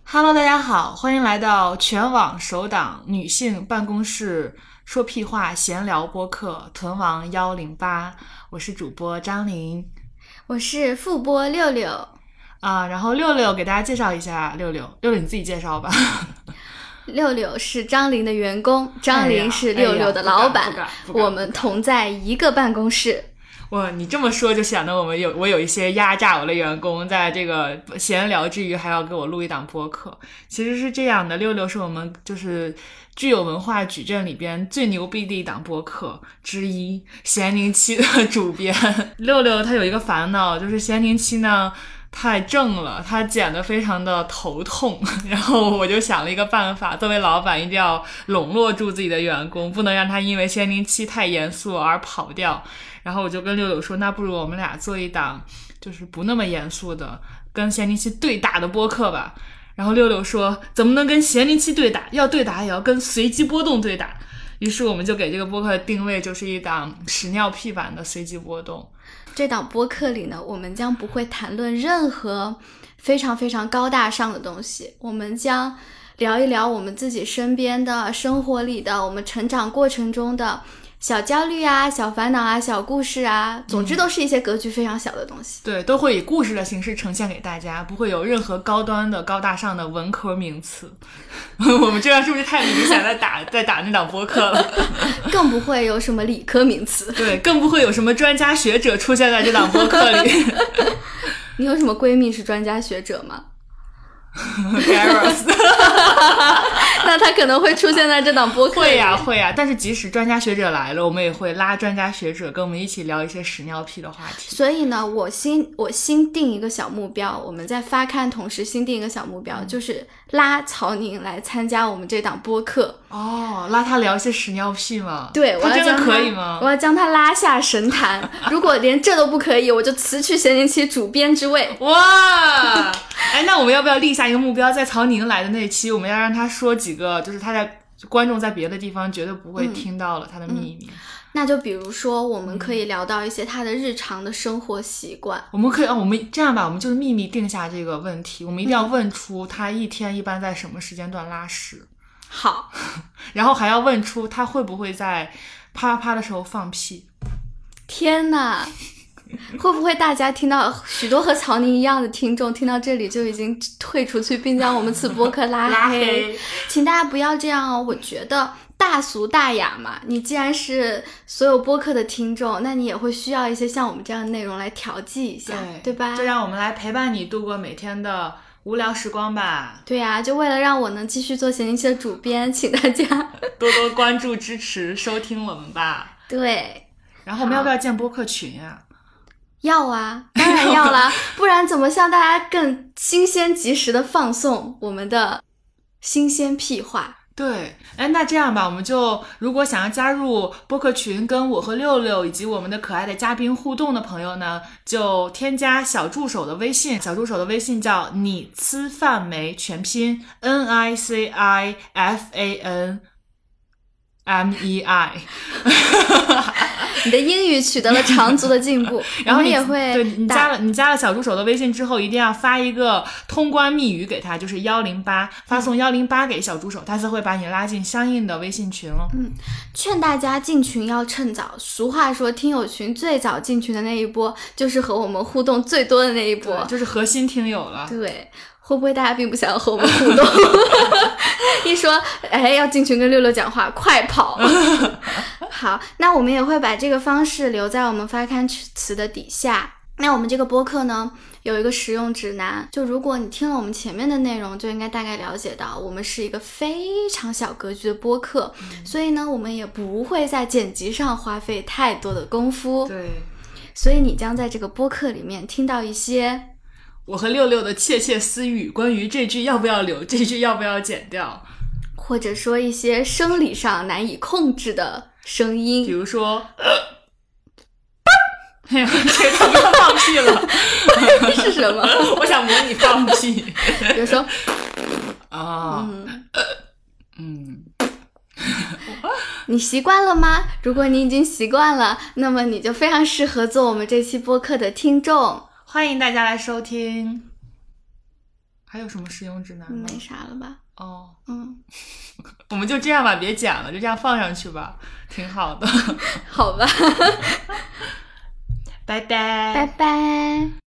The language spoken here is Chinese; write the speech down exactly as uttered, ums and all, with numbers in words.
Hello， 大家好，欢迎来到全网首档女性办公室说屁话闲聊播客屯王一零八，我是主播张琳， 我是副播六六啊。然后六六给大家介绍一下，六六六六你自己介绍吧。 六六是张琳的员工，张琳是六六的老板， 哎哎、 我们同在一个办公室。 哇，你这么说就显得我们有我有一些压榨我的员工，在这个闲聊之余还要给我录一档播客。其实是这样的，六六是我们就是具有文化矩阵里边最牛逼的一档播客之一，咸宁七的主编。六六他有一个烦恼，就是咸宁七呢太正了，他剪得非常的头痛，然后我就想了一个办法，作为老板一定要笼络住自己的员工，不能让他因为咸宁七太严肃而跑掉。然后我就跟六六说，那不如我们俩做一档就是不那么严肃的跟咸宁七对打的播客吧。然后六六说，怎么能跟咸宁七对打，要对打也要跟随机波动对打。于是我们就给这个播客的定位就是一档屎尿屁版的随机波动。 这档播客里呢，我们将不会谈论任何非常非常高大上的东西，我们将聊一聊我们自己身边的生活里的，我们成长过程中的小焦虑啊、小烦恼啊、小故事啊，总之都是一些格局非常小的东西、 嗯、对，都会以故事的形式呈现给大家，不会有任何高端的高大上的文科名词。我们这样是不是太明显在打在打那档播客了？ 更不会有什么理科名词。 对，更不会有什么专家学者出现在这档播客里。 你有什么闺蜜是专家学者吗 ？Garros 那他可能会出现在这档播客里。 会呀、啊、会呀、啊，但是即使专家学者来了，我们也会拉专家学者跟我们一起聊一些屎尿屁的话题。 所以呢，我新我新定一个小目标，我们在发刊同时新定一个小目标、嗯、就是拉曹宁来参加我们这档播客。 哦，拉他聊一些屎尿屁吗？ 对，我要他真的将可以吗？ 我要将他拉下神坛。如果连这都不可以，我就辞去咸宁七主编之位。 哇，哎，那我们要不要立下一个目标，在曹宁来的那期，我们要让他说几个，就是他在观众在别的地方绝对不会听到了他的秘密。 嗯嗯、那就比如说，我们可以聊到一些他的日常的生活习惯。 我们可以，哦，我们这样吧，我们就是秘密定下这个问题，我们一定要问出他一天一般在什么时间段拉屎。 好， 然后还要问出他会不会在啪啪啪的时候放屁。 天哪！会不会大家听到许多和曹宁一样的听众听到这里就已经退出去，并将我们此播客拉黑？ 拉黑， 请大家不要这样哦！我觉得大俗大雅嘛，你既然是所有播客的听众，那你也会需要一些像我们这样的内容来调剂一下， 对, 对吧？ 就让我们来陪伴你度过每天的无聊时光吧。 对呀、啊，就为了让我能继续做咸宁七的主编，请大家多多关注、支持、收听我们吧。 对， 然后我们要不要建播客群啊？ 要啊，当然要啦，不然怎么向大家更新鲜及时的放送我们的新鲜屁话？ 对，哎，那这样吧，我们就如果想要加入播客群，跟我和六六以及我们的可爱的嘉宾互动的朋友呢，就添加小助手的微信，小助手的微信叫你吃饭没，全拼 N I C I F A N M E I 你的英语取得了长足的进步。 然后你也会对你加了你加了小助手的微信之后，一定要发一个通关密语给他，就是一零八，发送一零八给小助手，他才会把你拉进相应的微信群了。 嗯，劝大家进群要趁早，俗话说听友群最早进群的那一波就是和我们互动最多的那一波， 就是核心听友了。 对，会不会大家并不想要和我们互动？一说哎要进群跟六六讲话，快跑！好，那我们也会把这个方式留在我们发刊词的底下。那我们这个播客呢，有一个使用指南，就如果你听了我们前面的内容，就应该大概了解到我们是一个非常小格局的播客、嗯、所以呢我们也不会在剪辑上花费太多的功夫。 对， 所以你将在这个播客里面听到一些我和六六的窃窃私语，关于这句要不要留，这句要不要剪掉， 或者说一些生理上难以控制的声音， 比如说哎呀，这他妈放屁了是什么？ 我想模拟放屁， 比如说啊， 嗯嗯， 你习惯了吗？如果你已经习惯了，那么你就非常适合做我们这期播客的听众。 欢迎大家来收听。 还有什么使用指南吗？ 没啥了吧？ 哦， 嗯， 我们就这样吧，别讲了，就这样放上去吧，挺好的。 好吧， 拜拜， 拜拜。